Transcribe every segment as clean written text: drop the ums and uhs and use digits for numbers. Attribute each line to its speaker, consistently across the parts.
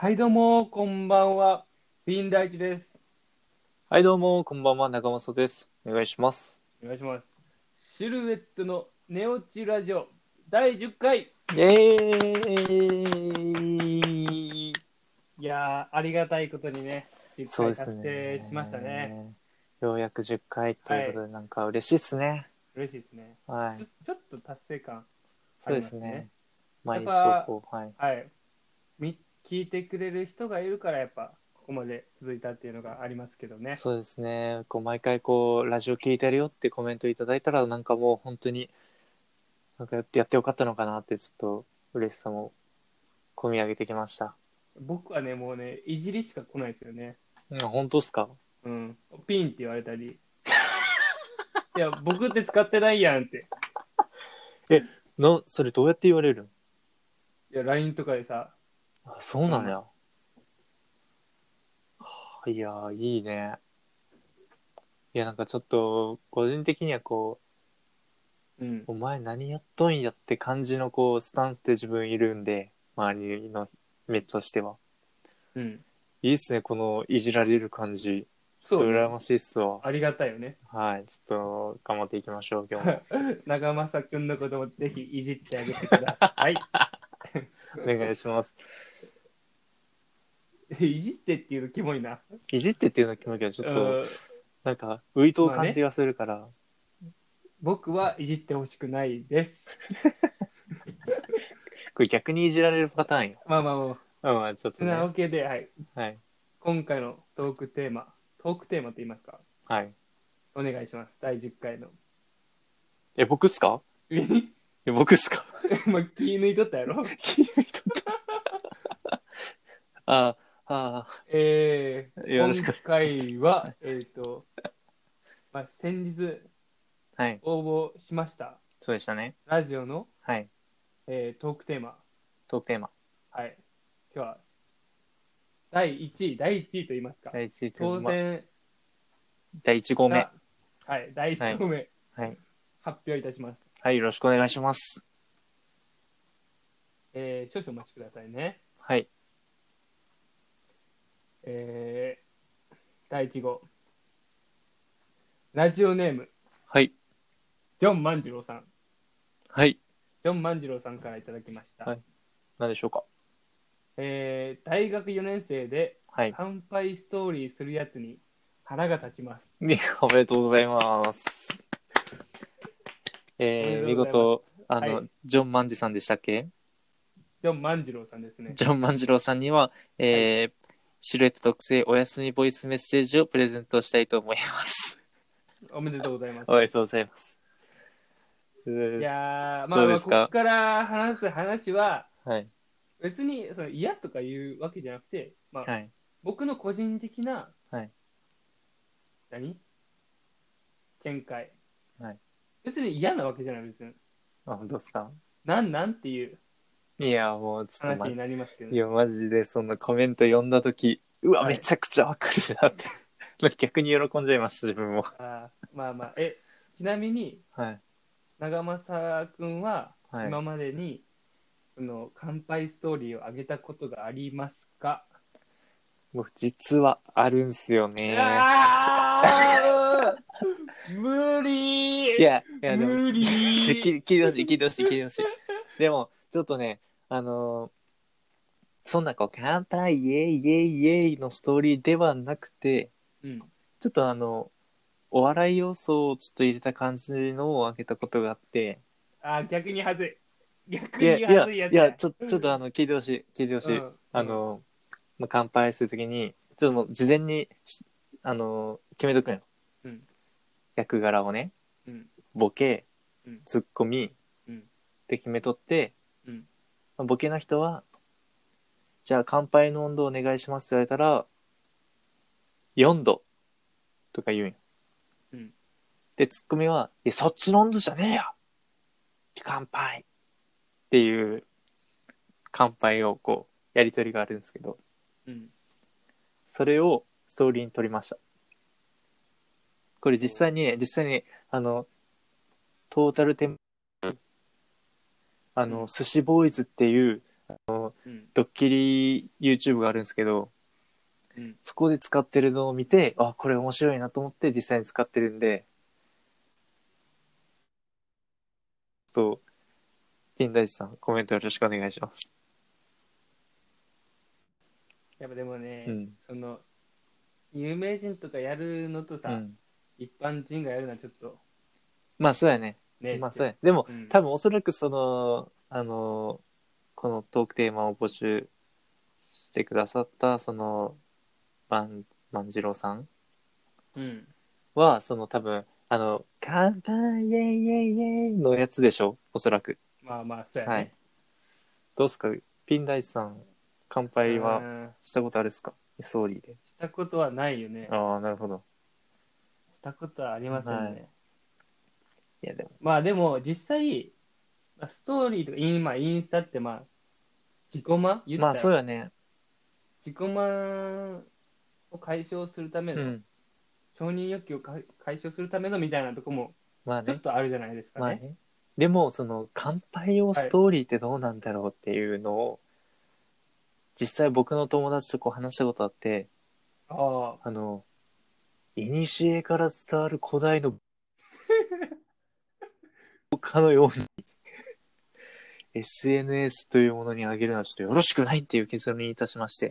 Speaker 1: はいどうも、こんばんは。ビン大地です。
Speaker 2: はい、どうも、こんばんは、長政です。お願いします。
Speaker 1: お願いします。シルエットの寝落ちラジオ第10回。
Speaker 2: イエーイ。
Speaker 1: いやー、ありがたいことにね、10回達
Speaker 2: そうです
Speaker 1: 成しましたね。
Speaker 2: ね。ようやく10回とい
Speaker 1: はい、
Speaker 2: うことで、なんか嬉しいっすね。
Speaker 1: 嬉しいですね。
Speaker 2: はい。
Speaker 1: ちょっと達成感あ
Speaker 2: そう
Speaker 1: りますね。
Speaker 2: ですね。
Speaker 1: やっ
Speaker 2: 毎週
Speaker 1: ぱ、
Speaker 2: こう、はい。
Speaker 1: はい、聞いてくれる人がいるから、やっぱ、ここまで続いたっていうのがありますけどね。
Speaker 2: そうですね。こう、毎回こう、ラジオ聞いてるよってコメントいただいたら、なんかもう本当に、なんかやってよかったのかなって、ちょっと嬉しさも込み上げてきました。
Speaker 1: 僕はね、もうね、いじりしか来ないですよね。
Speaker 2: うん、本当っすか？
Speaker 1: うん。ピンって言われたり、いや、僕って使ってないやんって。
Speaker 2: え、それどうやって言われる
Speaker 1: いや、LINE とかでさ、
Speaker 2: の？あ、そう
Speaker 1: その、
Speaker 2: なんや。いやー、いいね。いや、なんかちょっと、個人的にはこ
Speaker 1: うん、
Speaker 2: う、お前何やっとんやって感じのこう、スタンスで自分いるんで、周りの目としては。
Speaker 1: うん。
Speaker 2: いいっすね、このいじられる感じ。ちょっと
Speaker 1: そうね。
Speaker 2: 羨ましいっすわ。
Speaker 1: ありがたいよね。
Speaker 2: はい、ちょっと頑張っていきましょう、今日も。
Speaker 1: 長政くんのこともぜひいじってあげてください。
Speaker 2: お願いします。
Speaker 1: いじってっていうのキモいな。
Speaker 2: いじってっていうの気持ちはちょっ
Speaker 1: う
Speaker 2: と、
Speaker 1: ん、
Speaker 2: なんか、浮いとう
Speaker 1: まあね、
Speaker 2: 感じがするから。
Speaker 1: 僕はいじってほしくないです。
Speaker 2: これ逆にいじられるパターンよ。
Speaker 1: まあまあまあ、
Speaker 2: まあまあ、ちょっ
Speaker 1: そんな
Speaker 2: とね。
Speaker 1: わけで、はい。
Speaker 2: はい。
Speaker 1: 今回のトークテーマと言いますか、
Speaker 2: はい。
Speaker 1: お願いします。第10回の。
Speaker 2: え、僕っすか？え、僕っすか？
Speaker 1: まあ、気抜いとったやろ。
Speaker 2: ああ、よろし
Speaker 1: 今
Speaker 2: くお願いします。
Speaker 1: 回は、まあ、先日
Speaker 2: はい。
Speaker 1: 応募しました。
Speaker 2: そうでしたね。
Speaker 1: ラジオの、
Speaker 2: はい。
Speaker 1: トークテーマ。
Speaker 2: トークテーマ。
Speaker 1: はい。今日は第1位と言いますか。
Speaker 2: 第一というか、
Speaker 1: 当選
Speaker 2: 第一号目。
Speaker 1: した、はい、第1
Speaker 2: はい。
Speaker 1: 号目、
Speaker 2: はい。
Speaker 1: 発表いたします。
Speaker 2: はい、よろしくお願いします。
Speaker 1: 少々お待ちくださいね。
Speaker 2: はい。
Speaker 1: え第1号、ラジオネーム、
Speaker 2: はい。
Speaker 1: ジョン万次郎さん。
Speaker 2: はい。
Speaker 1: ジョン万次郎さんからいただきました。
Speaker 2: はい。何でしょうか？
Speaker 1: 大学4年生で
Speaker 2: はい。
Speaker 1: 乾杯ストーリーするやつに腹が立ちます。
Speaker 2: おめでとうございます。
Speaker 1: おめでとうございます。
Speaker 2: 見事、
Speaker 1: はい。
Speaker 2: ジョン万次さんでしたっけ？
Speaker 1: ジョン万次郎さんですね。
Speaker 2: ジョン万次郎さんには、
Speaker 1: はい。
Speaker 2: シルエット特製おやすみボイスメッセージをプレゼントしたいと思います。
Speaker 1: おめでとうございます。
Speaker 2: おめでとうございます。
Speaker 1: いやー、まあまあ、こっ
Speaker 2: どうですか？
Speaker 1: から話す話は、
Speaker 2: はい。
Speaker 1: 別にその嫌とかいうわけじゃなくて、まあ、
Speaker 2: はい。
Speaker 1: 僕の個人的な、
Speaker 2: はい。
Speaker 1: 何見解。
Speaker 2: はい。
Speaker 1: 別に嫌なわけじゃないですよ。
Speaker 2: あ、本当ですか？
Speaker 1: なんっていう
Speaker 2: いや、もうちょっと
Speaker 1: 話になりますけどね。
Speaker 2: いや、マジでそのコメント読んだとき、うわ、
Speaker 1: はい。
Speaker 2: めちゃくちゃわかるなって。逆に喜んじゃいました、自分も。
Speaker 1: まあまあ、ちなみに、
Speaker 2: はい。
Speaker 1: 長政くんは
Speaker 2: はい。
Speaker 1: 今までにその乾杯ストーリーを上げたことがありますか？
Speaker 2: もう実はあるんすよね。
Speaker 1: あ無理
Speaker 2: でも、
Speaker 1: 無理。
Speaker 2: 聞いてほしい、聞いてほしい、聞いてほしい。でも、ちょっとね、そんなこう、乾杯、イエイ、イエイ、イエイのストーリーではなくて、
Speaker 1: うん。
Speaker 2: ちょっとお笑い要素をちょっと入れた感じのを開けたことがあって、
Speaker 1: 逆にはずい。逆
Speaker 2: いや、
Speaker 1: にはずいやつや。
Speaker 2: ちょっと聞いてほしい、聞いてほしい。
Speaker 1: うん、うん、
Speaker 2: まあ、乾杯するときに、ちょっともう事前に決めとくんよ。
Speaker 1: うん、
Speaker 2: 役柄をね、
Speaker 1: うん、
Speaker 2: ボケ、
Speaker 1: うん、
Speaker 2: ツッコミっ
Speaker 1: うん、
Speaker 2: て決めとって、
Speaker 1: うん、
Speaker 2: まあボケの人は、じゃあ乾杯の温度お願いしますって言われたら、4度とか言うんよ。
Speaker 1: うん。
Speaker 2: で、ツッコミは、いや、そっちの温度じゃねえよ乾杯っていう乾杯をこう、やりとりがあるんですけど、
Speaker 1: うん。
Speaker 2: それをストーリーに取りました。これ
Speaker 1: お
Speaker 2: 実際に、トータルテン、
Speaker 1: うん、
Speaker 2: 寿司ボーイズっていう、
Speaker 1: うん。
Speaker 2: ドッキリ YouTube があるんですけど、
Speaker 1: うん。
Speaker 2: そこで使ってるのを見て、あ、これ面白いなと思って実際に使ってるんで、と、金田一さん、コメントよろしくお願いします。
Speaker 1: やっぱでもね、
Speaker 2: うん。
Speaker 1: その、有名人とかやるのとさ、
Speaker 2: うん。
Speaker 1: 一般人がやるのはちょっと
Speaker 2: まあ、そうやね。
Speaker 1: ねって。
Speaker 2: まあそうや。でも、
Speaker 1: うん。
Speaker 2: 多分おそらくその、このトークテーマを募集してくださった、その、万次郎さん
Speaker 1: うん。
Speaker 2: は、その多分、乾杯イェイイェイイェイのやつでしょおそらく。
Speaker 1: まあまあ、そうや
Speaker 2: はい。
Speaker 1: ね。
Speaker 2: どうすかピン大地さん、乾
Speaker 1: う
Speaker 2: 杯は
Speaker 1: ーん。
Speaker 2: したことあるっすかストーリーで。
Speaker 1: したことはないよね。
Speaker 2: ああ、なるほど。
Speaker 1: したことはありません
Speaker 2: はい。
Speaker 1: ね。
Speaker 2: いや、でも、
Speaker 1: まあでも、実際、まあストーリーとかインスタってまあ、自己満言っ
Speaker 2: まあ
Speaker 1: たら、
Speaker 2: そうやね。
Speaker 1: 自己満を解消するための、
Speaker 2: うん。
Speaker 1: 承認欲求を解消するためのみたいなとこも、ちょっ
Speaker 2: まあね。
Speaker 1: とあるじゃないですかね。
Speaker 2: まあね。でも、その、乾杯用
Speaker 1: はい。
Speaker 2: ストーリーってどうなんだろうっていうのを、実際僕の友達とこう話したことあって、
Speaker 1: ああ。
Speaker 2: あの、古から伝わる古代のかのように SNS というものにあげるのはちょっとよろしくないっていう結論にいたしまして。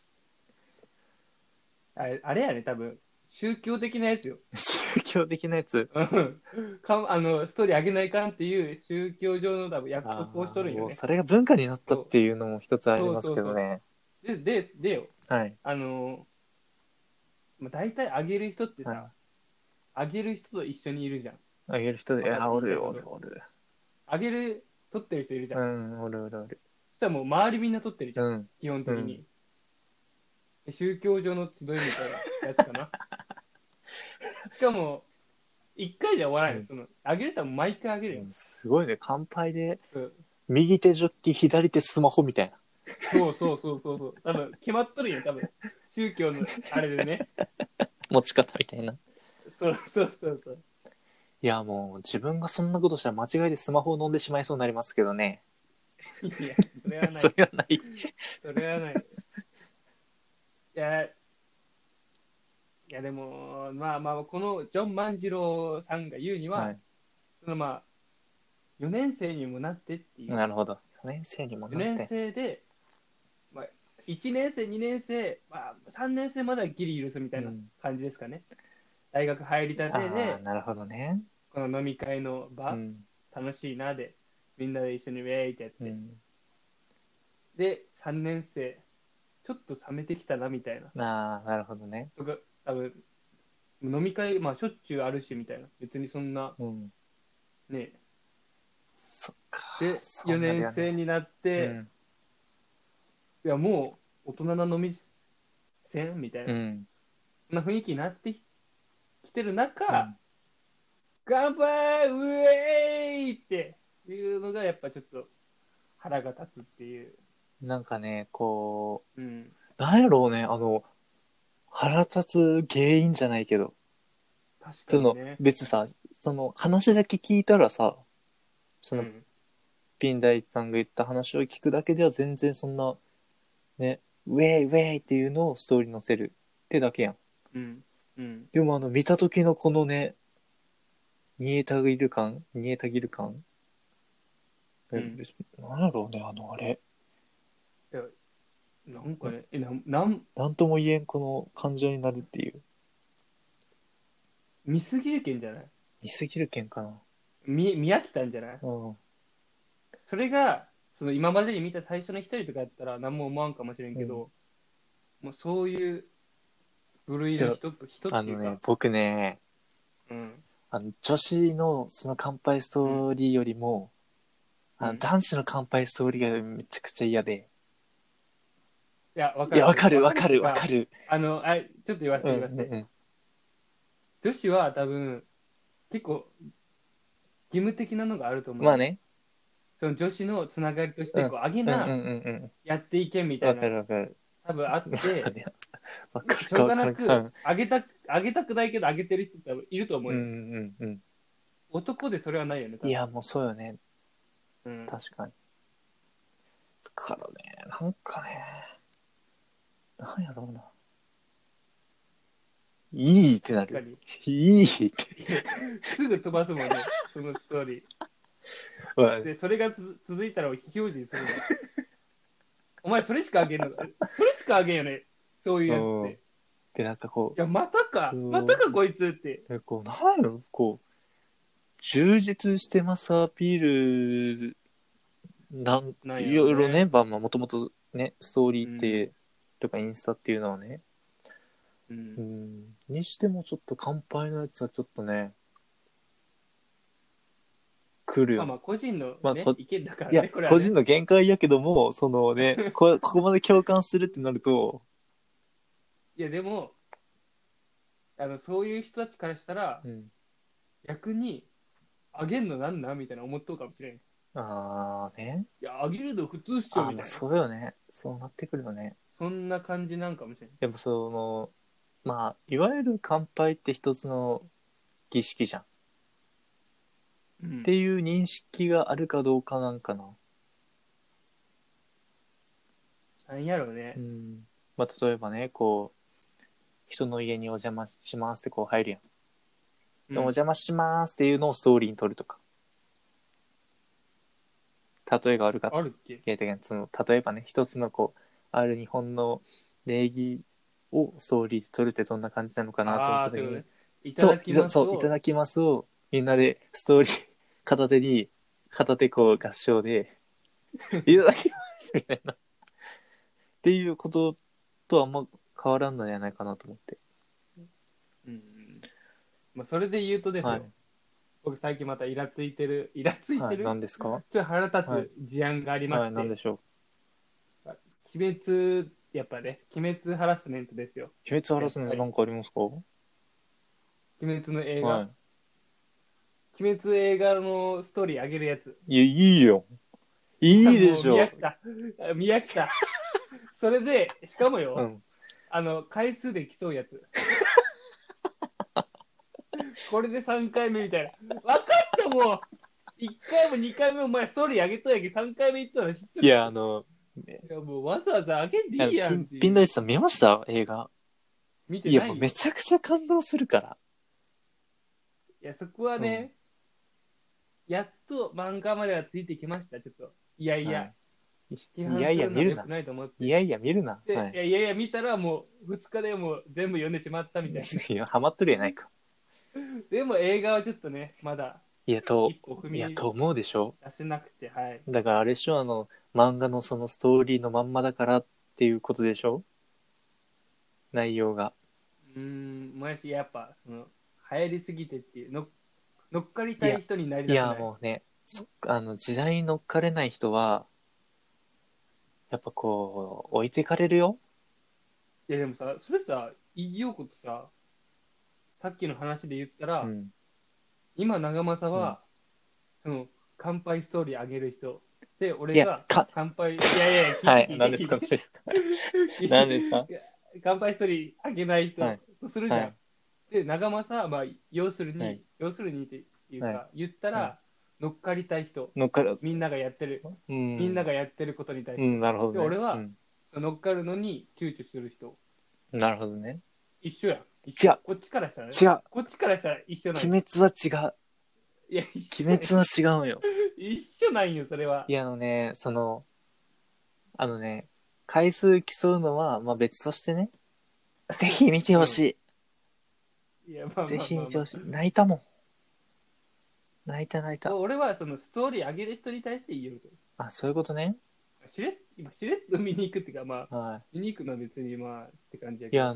Speaker 1: あれやね、多分、宗教的なやつよ。
Speaker 2: 宗教的なやつ。
Speaker 1: うんストーリー上げないかんっていう宗教上の多分約束をし
Speaker 2: ああ、
Speaker 1: とるんよね。
Speaker 2: もうそれが文化になったっ
Speaker 1: そ
Speaker 2: ていうのも一つ
Speaker 1: う、
Speaker 2: あります
Speaker 1: そうそうそ
Speaker 2: けどね。
Speaker 1: う。でよ、
Speaker 2: はい。
Speaker 1: あのまあ、大体上げる人って
Speaker 2: はい。
Speaker 1: さ、上げる人と一緒にいるじゃん。
Speaker 2: あげる人で、いや、
Speaker 1: わかる
Speaker 2: おるお
Speaker 1: 言いたいこと。
Speaker 2: るおる。
Speaker 1: 取ってる人いるじゃん。
Speaker 2: うん、おるおるおる。
Speaker 1: そしたらもう周りみんな取ってるじゃん。
Speaker 2: うん。
Speaker 1: 基本
Speaker 2: うん。
Speaker 1: 的に。宗教上の集いみたいなやつかな。しかも、一回じゃ終わらないよ。
Speaker 2: うん。
Speaker 1: 上げる人は毎回上げるよ。
Speaker 2: すごいね。乾杯で、
Speaker 1: うん。
Speaker 2: 右手ジョッキ、左手スマホみたいな。
Speaker 1: そうそうそうそうそう。多分、決まっとるんよ、多分。宗教のあれでね。
Speaker 2: 持ち方みたいな。
Speaker 1: そうそうそうそう。
Speaker 2: いや、もう自分がそんなことしたら間違いでスマホを飲んでしまいそうになりますけどね。
Speaker 1: いや、それはな
Speaker 2: そ
Speaker 1: い。
Speaker 2: れはない。
Speaker 1: それはない。いや、でも、まあまあ、このジョン万次郎さんが言うには、
Speaker 2: はい。
Speaker 1: まあ、4年生にもなってっていう。
Speaker 2: なるほど。4年生にもなっ
Speaker 1: 4年
Speaker 2: て。
Speaker 1: 生で、まあ、1年生、2年生、まあ、3年生まではギリ許すみたいな
Speaker 2: うん。
Speaker 1: 感じですかね。大学入りたて
Speaker 2: ああ、
Speaker 1: で、
Speaker 2: なるほどね。
Speaker 1: この飲み会の場、
Speaker 2: うん。
Speaker 1: 楽しいなで、みんなで一緒にウェーイってやって。
Speaker 2: うん。
Speaker 1: で、3年生、ちょっと冷めてきたなみたいな。
Speaker 2: ああ、なるほどね。
Speaker 1: とか、多分飲み会、まあ、しょっちゅうあるしみたいな。別にそんな、
Speaker 2: うん。
Speaker 1: ね。
Speaker 2: そっか。
Speaker 1: で、
Speaker 2: そうなる
Speaker 1: 4年
Speaker 2: よね。
Speaker 1: 生になって、
Speaker 2: うん。
Speaker 1: いや、もう大人の飲みせんみたいな。
Speaker 2: うん。
Speaker 1: そんな雰囲気になってきてる中、
Speaker 2: うん。
Speaker 1: 乾杯ウェーイっていうのがやっぱちょっと腹が立つっていう。
Speaker 2: なんかね、こ
Speaker 1: うん。
Speaker 2: う、なんやろうね、腹立つ原因じゃないけど、
Speaker 1: 確か
Speaker 2: その、
Speaker 1: にね。
Speaker 2: 別さ、その話だけ聞いたらさ、その、
Speaker 1: うん。
Speaker 2: ピン大地さんが言った話を聞くだけでは全然そんな、ね、ウェイウェイっていうのをストーリーに載せるってだけやん。
Speaker 1: うん。うん。
Speaker 2: でも見た時のこのね、煮えたぎる感
Speaker 1: うん。
Speaker 2: なんやろうね、あれ。
Speaker 1: いや、なんかね、なん
Speaker 2: なんとも言えんこの感情になるっていう。
Speaker 1: 見すぎるけんじゃない？
Speaker 2: 見すぎるけんかな。
Speaker 1: 見飽きたんじゃない？
Speaker 2: うん。
Speaker 1: それが、その今までに見た最初の一人とかやったら何も思わんかもしれん
Speaker 2: うん。
Speaker 1: けど、もうそういう部類
Speaker 2: じゃ
Speaker 1: の人っていうか、
Speaker 2: 僕ね、
Speaker 1: うん。
Speaker 2: 女子のその乾杯ス
Speaker 1: うん。
Speaker 2: トーリーよりも、
Speaker 1: うん。
Speaker 2: 男子の乾杯ストーリーがめちゃくちゃ嫌で。
Speaker 1: いや、わ
Speaker 2: いや、
Speaker 1: かる。わかるっていうか、
Speaker 2: わかる。
Speaker 1: ちょっと言わせ
Speaker 2: うん
Speaker 1: て言わせて。
Speaker 2: うんうん。
Speaker 1: 女子は多分、結構義務的なのがあると思うよ。
Speaker 2: まあね。
Speaker 1: その女子のつながりとして、
Speaker 2: うん。
Speaker 1: こう、あげ
Speaker 2: うんうん
Speaker 1: な、
Speaker 2: うんうん。
Speaker 1: やっていけんみたい
Speaker 2: わか
Speaker 1: な、
Speaker 2: るわかる。
Speaker 1: 多分あって、
Speaker 2: わかる
Speaker 1: しょうが
Speaker 2: かわか
Speaker 1: なく、
Speaker 2: るか。
Speaker 1: あげたくないけど、あげてる人多分いると思
Speaker 2: うんう
Speaker 1: うよ。
Speaker 2: んうん。
Speaker 1: 男でそれはないよね、多分。
Speaker 2: いや、もうそうよね。
Speaker 1: うん。
Speaker 2: 確かに。 からね、なんかね、なんやろうな。いいってなる。
Speaker 1: 確かに。
Speaker 2: いいって。
Speaker 1: すぐ飛ばすもんね、そのストーリー。
Speaker 2: まあ
Speaker 1: で、それが続いたら非表示するもん。お前それしかあげんのか、それしかあげんよね、そういうやつっ
Speaker 2: うん。
Speaker 1: て。
Speaker 2: で、なんかこ
Speaker 1: いや、また
Speaker 2: う、
Speaker 1: か、またかこいつって。
Speaker 2: こう、なんやろ、こう、充実してますアピール、
Speaker 1: なんやろうね。
Speaker 2: いろいろね、まあもともとね、ストーリー
Speaker 1: うん。
Speaker 2: って、とかインスタっていうのはね、
Speaker 1: うん。
Speaker 2: にしてもちょっと乾杯のやつはちょっとね、来るよ。
Speaker 1: まあまあ、個人の
Speaker 2: まあ、
Speaker 1: ね、意見だか
Speaker 2: いや、
Speaker 1: らね、これはね。
Speaker 2: 個人の限界やけども、そのね、ここまで共感するってなると、
Speaker 1: いや、でも、そういう人たちからしたら、
Speaker 2: うん。
Speaker 1: 逆に、あげんのなんなんみたいな思っとうかもしれん。い
Speaker 2: あーね。
Speaker 1: や、あげるの普通っしょ
Speaker 2: あー、まあ
Speaker 1: みたいな。
Speaker 2: そうよね。そうなってくるよね。
Speaker 1: そんな感じなんかもしれん。
Speaker 2: やっぱその、まあ、いわゆる乾杯って一つの儀式じゃん。っ
Speaker 1: うん。
Speaker 2: ていう認識があるかどうかなんかな。
Speaker 1: なんやろうね。
Speaker 2: まあ、例えばね、こう、人の家にお邪魔しますってこう入るやん。
Speaker 1: うん。
Speaker 2: でお邪魔しますっていうのをストーリーに撮るとか。例えがあるかと。
Speaker 1: あるっけ？
Speaker 2: その例えばね、一つのこう、ある日本の礼儀をストーリーで撮るってどんな感じなのかなと思っ
Speaker 1: ああ、
Speaker 2: た時に、
Speaker 1: そういうことね。いただきます
Speaker 2: いた
Speaker 1: を、
Speaker 2: だきますをみんなでストーリー片手こう合唱で、いただきますみたいな。っていうこととあんま変わらんのじゃないかなと思って。
Speaker 1: うん。まあ、それで言うとですよ。
Speaker 2: はい。
Speaker 1: 僕最近またイラつい
Speaker 2: はい。
Speaker 1: てる
Speaker 2: 何ですか？
Speaker 1: ちょっと腹
Speaker 2: はい。
Speaker 1: 立つ事案がありま
Speaker 2: はい。
Speaker 1: して、
Speaker 2: 何でしょう？
Speaker 1: 鬼滅、やっぱね、鬼滅ハラスメントですよ。
Speaker 2: 鬼滅ハラスメン
Speaker 1: やっぱり。
Speaker 2: トなんかありますか？
Speaker 1: 鬼滅の映画。
Speaker 2: は
Speaker 1: 鬼滅映画のストーリー上げるやつ。
Speaker 2: い。いや、いいよ。
Speaker 1: いや、
Speaker 2: いいで
Speaker 1: もう
Speaker 2: しょ。
Speaker 1: 見飽きた。それで、しかもよ、
Speaker 2: うん。
Speaker 1: 回数で競うやつ。これで3回目みたいな。分かったもう。1回も2回目お前ストーリー上げとやけ3回目言ったの知ってる。
Speaker 2: いや、ね、
Speaker 1: いやもうわざわざ上げんでいいやんっていう。
Speaker 2: ピン大地さん見ました映画？
Speaker 1: 見て
Speaker 2: いや、もう
Speaker 1: ないよ。
Speaker 2: めちゃくちゃ感動するから。
Speaker 1: いや、そこは
Speaker 2: うん。
Speaker 1: ね、やっと漫画まではついてきました、ちょっと。いやい
Speaker 2: は
Speaker 1: や、
Speaker 2: い。
Speaker 1: 批
Speaker 2: いやいや、
Speaker 1: 判するの
Speaker 2: 見るな。
Speaker 1: は良くないと思って。
Speaker 2: いやいや、見るな。は
Speaker 1: で、
Speaker 2: い。
Speaker 1: いやいや、見たらもう2日でもう全部読んでしまったみたいな。
Speaker 2: いや、ハマっとるやないか。
Speaker 1: でも映画はちょっとね、まだ
Speaker 2: いや、
Speaker 1: 一歩踏み
Speaker 2: と思うでしょ？
Speaker 1: 出せなくて、はい。
Speaker 2: だからあれでしょ、漫画のそのストーリーのまんまだからっていうことでしょ？内容が。
Speaker 1: もやし、やっぱ、流行りすぎてっていう、乗っかり
Speaker 2: いや、
Speaker 1: たい人になり
Speaker 2: いや、
Speaker 1: たくない。
Speaker 2: もうね、時代に乗っかれない人は、やっぱこう、置いてかれるよ。
Speaker 1: いや、でもさ、それさ、言いようことさ、さっきの話で言ったら、
Speaker 2: うん。
Speaker 1: 今、長政
Speaker 2: うん。
Speaker 1: は、乾杯ストーリーあげる人。で、
Speaker 2: いや、
Speaker 1: 俺が乾杯、いやいやいや、聞い
Speaker 2: はい、
Speaker 1: て聞いて
Speaker 2: 何ですか、何
Speaker 1: 聞いて。
Speaker 2: ですか。何ですか？
Speaker 1: いや乾杯ストーリーあげない
Speaker 2: はい、
Speaker 1: 人とするじゃん。
Speaker 2: はい、
Speaker 1: で、長政は、まあ、
Speaker 2: はい、
Speaker 1: 要するにっていう
Speaker 2: はい、
Speaker 1: か、言った
Speaker 2: はい。
Speaker 1: ら、乗っかりたい人。
Speaker 2: 乗っかる。
Speaker 1: みんながやってる、
Speaker 2: うん、
Speaker 1: みんながやってることに対して。
Speaker 2: うん、なるほ
Speaker 1: で、
Speaker 2: どね。
Speaker 1: 俺は、
Speaker 2: うん、
Speaker 1: 乗っかるのに躊躇する人。
Speaker 2: なるほどね。
Speaker 1: 一緒やん。一緒。
Speaker 2: 違う、
Speaker 1: こっちからしたらね。
Speaker 2: 違う。
Speaker 1: こっちからしたら一緒なんよ。
Speaker 2: 鬼滅は違う。
Speaker 1: いや、一緒やん。
Speaker 2: 鬼滅は違うんよ。
Speaker 1: 一緒なんよ、それは。
Speaker 2: いや、あのね、回数競うのは、まあ別としてね、ぜひ見て
Speaker 1: うん。
Speaker 2: ほしい。
Speaker 1: いや、まあ
Speaker 2: ぜ
Speaker 1: まあまあまあ。
Speaker 2: ひ見てほしい。泣いたもん。泣いた。
Speaker 1: 俺はそのストーリー上げる人に対して言うと。
Speaker 2: あ、そういうことね。
Speaker 1: 今、しれっと見に行くっていうか、まあ、
Speaker 2: は
Speaker 1: 見に行くのは別にまあって感じや
Speaker 2: い。いや、
Speaker 1: けど。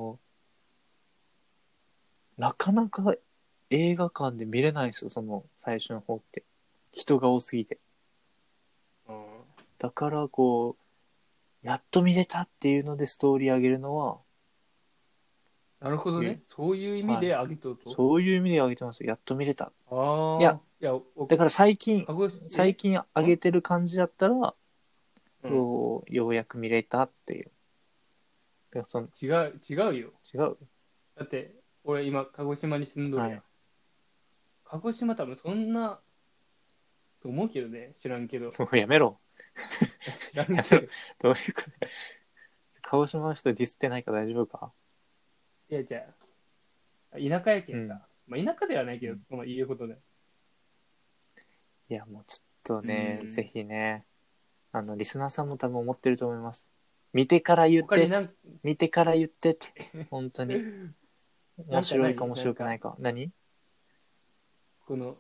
Speaker 2: なかなか映画館で見れないんですよ、その最初の方って。人が多すぎて。
Speaker 1: うん。
Speaker 2: だからこう、やっと見れたっていうのでストーリー上げるのは、
Speaker 1: なるほど
Speaker 2: え
Speaker 1: ね。そういう意味
Speaker 2: はい。
Speaker 1: で上げとると。
Speaker 2: そういう意味で上げてますよ。やっと見れた。いや、
Speaker 1: ああ。いや、
Speaker 2: だから
Speaker 1: 鹿児島、
Speaker 2: 最近上げてる感じだったら、
Speaker 1: うん。
Speaker 2: ようやく見れたっていう。いや
Speaker 1: 違うよ。
Speaker 2: 違う。
Speaker 1: だって、俺今、鹿児島に住んどるやん。
Speaker 2: はい。
Speaker 1: 鹿児島多分そんな、と思うけどね。知らんけど。
Speaker 2: もうやめろ。
Speaker 1: 知らんけど。
Speaker 2: どういうこと鹿児島の人ディスってないか大丈夫か？
Speaker 1: いや、じゃあ、田舎やけんさ。
Speaker 2: うん。
Speaker 1: まあ、田舎ではないけど、
Speaker 2: うん
Speaker 1: その言うことで。
Speaker 2: いや、もうちょっと
Speaker 1: う
Speaker 2: ね、ぜ
Speaker 1: ん。
Speaker 2: ひね、リスナーさんも多分思ってると思います。見てから言ってって、
Speaker 1: 他に
Speaker 2: 見てから言ってって、本当に。面
Speaker 1: なんか
Speaker 2: 白いか面
Speaker 1: なんか、
Speaker 2: 白くないか。何？
Speaker 1: この、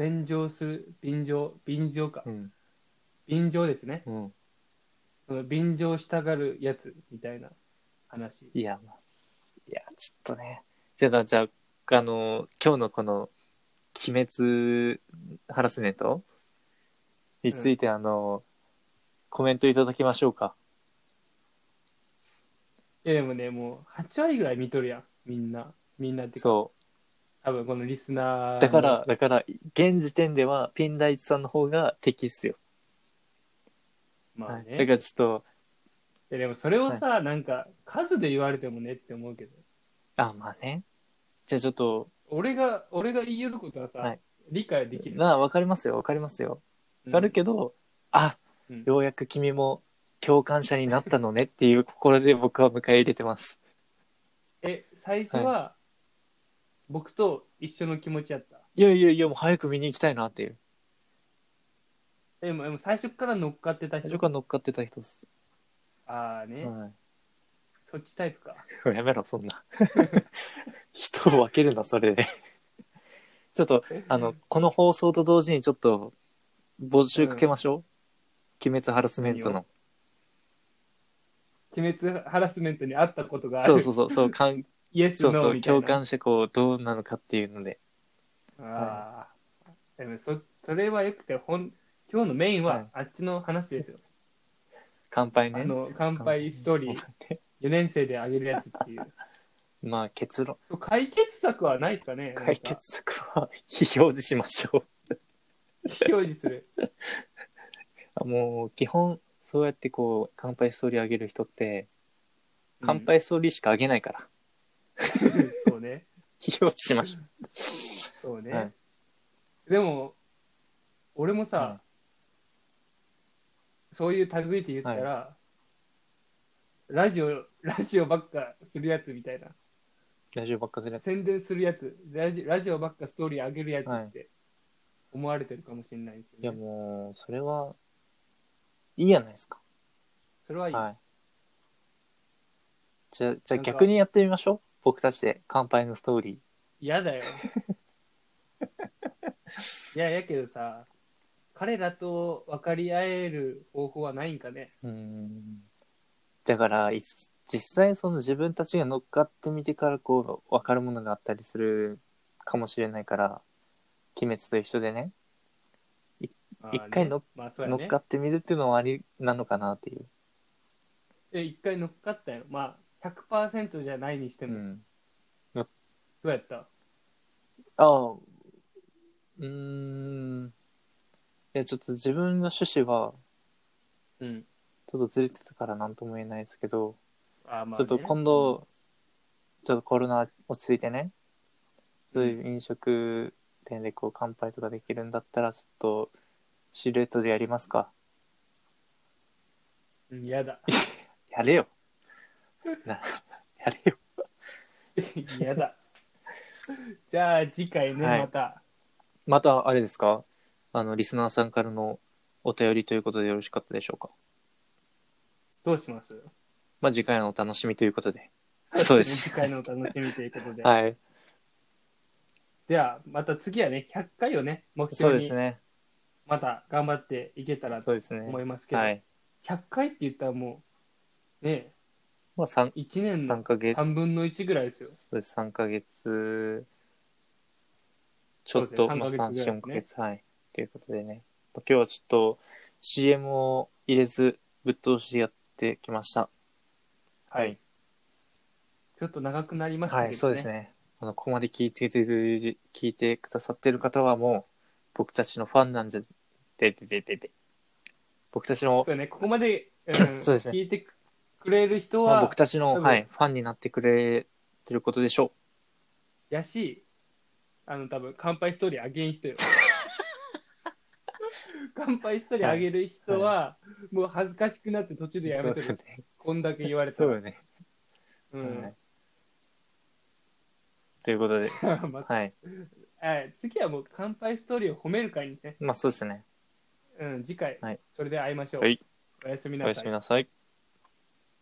Speaker 1: 便乗か。
Speaker 2: うん。
Speaker 1: 便乗ですね。
Speaker 2: うん。
Speaker 1: その便乗したがるやつみたいな話。
Speaker 2: いや、まあ、いや、ちょっとね。じゃあ、今日のこの、鬼滅ハラスメントに
Speaker 1: うん。
Speaker 2: ついて、コメントいただきましょうか。
Speaker 1: いやでもね、もう8割ぐらい見とるやん。みんな。みんなってか、
Speaker 2: そう。
Speaker 1: 多分このリスナーの。
Speaker 2: だから、現時点では、ピン大地さんの方が敵っすよ。はい。だか
Speaker 1: まあね。
Speaker 2: らちょっと、
Speaker 1: でもそれを
Speaker 2: はい。
Speaker 1: さ、なんか、数で言われてもねって思うけど。
Speaker 2: あ、まあね。じゃあちょっと、
Speaker 1: 俺が言い得ることはさ、
Speaker 2: はい。
Speaker 1: 理解できる。
Speaker 2: わかりますよ、わかりますよ。わかる
Speaker 1: うん。
Speaker 2: けど、あ、
Speaker 1: うん。
Speaker 2: ようやく君も共感者になったのねっていう心で僕は迎え入れてます。
Speaker 1: 最初
Speaker 2: はい。
Speaker 1: は僕と一緒の気持ちやった。
Speaker 2: いやいやいや、もう早く見に行きたいなっていう。
Speaker 1: でも最初から乗っかってた
Speaker 2: 最初
Speaker 1: 人。
Speaker 2: から乗っかってた人っす。
Speaker 1: ああね。
Speaker 2: は
Speaker 1: そっちタイプか。
Speaker 2: い。やめろ、そんな。人を分けるな、それで。ちょっと、この放送と同時にちょっと募集かけ
Speaker 1: うん。
Speaker 2: ましょう。鬼滅ハラスメン
Speaker 1: 何を
Speaker 2: トの。
Speaker 1: 鬼滅ハラスメントにあったことがある。
Speaker 2: そうそうそう、
Speaker 1: イエス、ノ
Speaker 2: そうそう、
Speaker 1: ーみたいな。
Speaker 2: 共感者こう、どうなのかっていうので。はい。
Speaker 1: ああ。でもそれはよくて、今日のメイン
Speaker 2: はい。
Speaker 1: はあっちの話ですよ。
Speaker 2: 乾杯ね。
Speaker 1: 乾
Speaker 2: 乾杯
Speaker 1: 杯ストー
Speaker 2: ね。
Speaker 1: リー、4年生であげるやつっていう。
Speaker 2: まあ結論、
Speaker 1: 解決策はないですかね、なん
Speaker 2: 解
Speaker 1: か、
Speaker 2: 決策は非表示しましょう。
Speaker 1: 表示する。
Speaker 2: もう基本、そうやってこう、乾杯ストーリー上げる人って、乾
Speaker 1: うん。
Speaker 2: 杯ストーリーしか上げないから。
Speaker 1: そうね。
Speaker 2: 非表示しましょう。は
Speaker 1: そうね。
Speaker 2: い。
Speaker 1: でも、俺も
Speaker 2: はい。
Speaker 1: さ、そういう類で言っ
Speaker 2: はい。
Speaker 1: たら、ラジオばっかするやつみたいな。
Speaker 2: ラジオばっかするやつ。
Speaker 1: 宣伝するやつ、ラジオばっかストーリー上げるやつっ
Speaker 2: はい。
Speaker 1: て思われてるかもしれないですよ
Speaker 2: いや
Speaker 1: ね。
Speaker 2: もう、それは、いいじゃないですか。
Speaker 1: それはいい。
Speaker 2: はい。じゃあ
Speaker 1: なんか、
Speaker 2: 逆にやってみましょう。僕たちで乾杯のストーリー。
Speaker 1: 嫌だよ。やけどさ、彼らと分かり合える方法はないんかね。
Speaker 2: だから、実際その自分たちが乗っかってみてからこう、わかるものがあったりするかもしれないから、鬼滅と一緒でね、一
Speaker 1: まあね。
Speaker 2: 回
Speaker 1: まあそうやね。
Speaker 2: 乗っかってみるっていうのもありなのかなっていう。
Speaker 1: 一回乗っかったよ。まあ、100%じゃないにしても。
Speaker 2: うん。の
Speaker 1: どうやった？
Speaker 2: ああ、いや、ちょっと自分の趣旨は、
Speaker 1: うん。
Speaker 2: ちょっとずれてたから何とも言えないですけど、
Speaker 1: ああ、ま
Speaker 2: ちょっと
Speaker 1: あね。うん。
Speaker 2: 今度、ちょっとコロナ落ち着いてね、
Speaker 1: うん。
Speaker 2: そういう飲食店でこう乾杯とかできるんだったら、ちょっとシルエットでやりますか。
Speaker 1: うん、やだ。
Speaker 2: やれよ。やれよ。
Speaker 1: やだ。じゃあ次回ね、
Speaker 2: はい。
Speaker 1: また。
Speaker 2: また、あれですか？リスナーさんからのお便りということでよろしかったでしょうか？
Speaker 1: どうします？
Speaker 2: まあ、次回のお楽しみということで。
Speaker 1: そうですね。
Speaker 2: そうです。
Speaker 1: 次回のお楽しみということで。
Speaker 2: はい。
Speaker 1: では、また次はね、100回をね、目
Speaker 2: そう
Speaker 1: 標に、
Speaker 2: ですね。
Speaker 1: また頑張っていけたら
Speaker 2: そうで
Speaker 1: と
Speaker 2: すね。
Speaker 1: 思いますけど、
Speaker 2: はい。
Speaker 1: 100回って言ったらもう、ね、
Speaker 2: まあ、
Speaker 1: 1年
Speaker 2: 3
Speaker 1: の
Speaker 2: ヶ月、
Speaker 1: 3分の1ぐらいですよ。
Speaker 2: そうです。3ヶ月、ちょ
Speaker 1: そうですね、
Speaker 2: っと、
Speaker 1: 3
Speaker 2: まあ、3、
Speaker 1: ヶ月ぐらいで
Speaker 2: 4
Speaker 1: すね。
Speaker 2: ヶ月、はい。ということでね。まあ今日はちょっと CM を入れず、ぶっ通しやってきました。
Speaker 1: はい。
Speaker 2: はい。
Speaker 1: ちょっと長くなりまし
Speaker 2: はい、
Speaker 1: たけどね。
Speaker 2: そうですね。ここまで聞いてくださってる方はもう、僕たちのファンなんじゃ、で。僕たちの、
Speaker 1: そうね、ここまで、
Speaker 2: そうですね。
Speaker 1: 聞いてくれる人
Speaker 2: まあ、僕
Speaker 1: は、
Speaker 2: たちの、
Speaker 1: 多分、
Speaker 2: はい、ファンになってくれてることでしょ
Speaker 1: やし、多分、乾杯ストーリーあげん人よ。 乾杯ストーリーあげる人は、もう恥ずかしくなって途中でやめてる。
Speaker 2: そうよね。
Speaker 1: こんだけ言われたら。
Speaker 2: そうよね。
Speaker 1: うん
Speaker 2: はい。ということで、
Speaker 1: ま
Speaker 2: はい。
Speaker 1: 次はもう乾杯ストーリーを褒める会にね、
Speaker 2: まあそうですね。
Speaker 1: うん、次回、
Speaker 2: はい。
Speaker 1: それで会いましょう。
Speaker 2: はい。
Speaker 1: おやすみ
Speaker 2: おや
Speaker 1: なさい。
Speaker 2: すみなさい。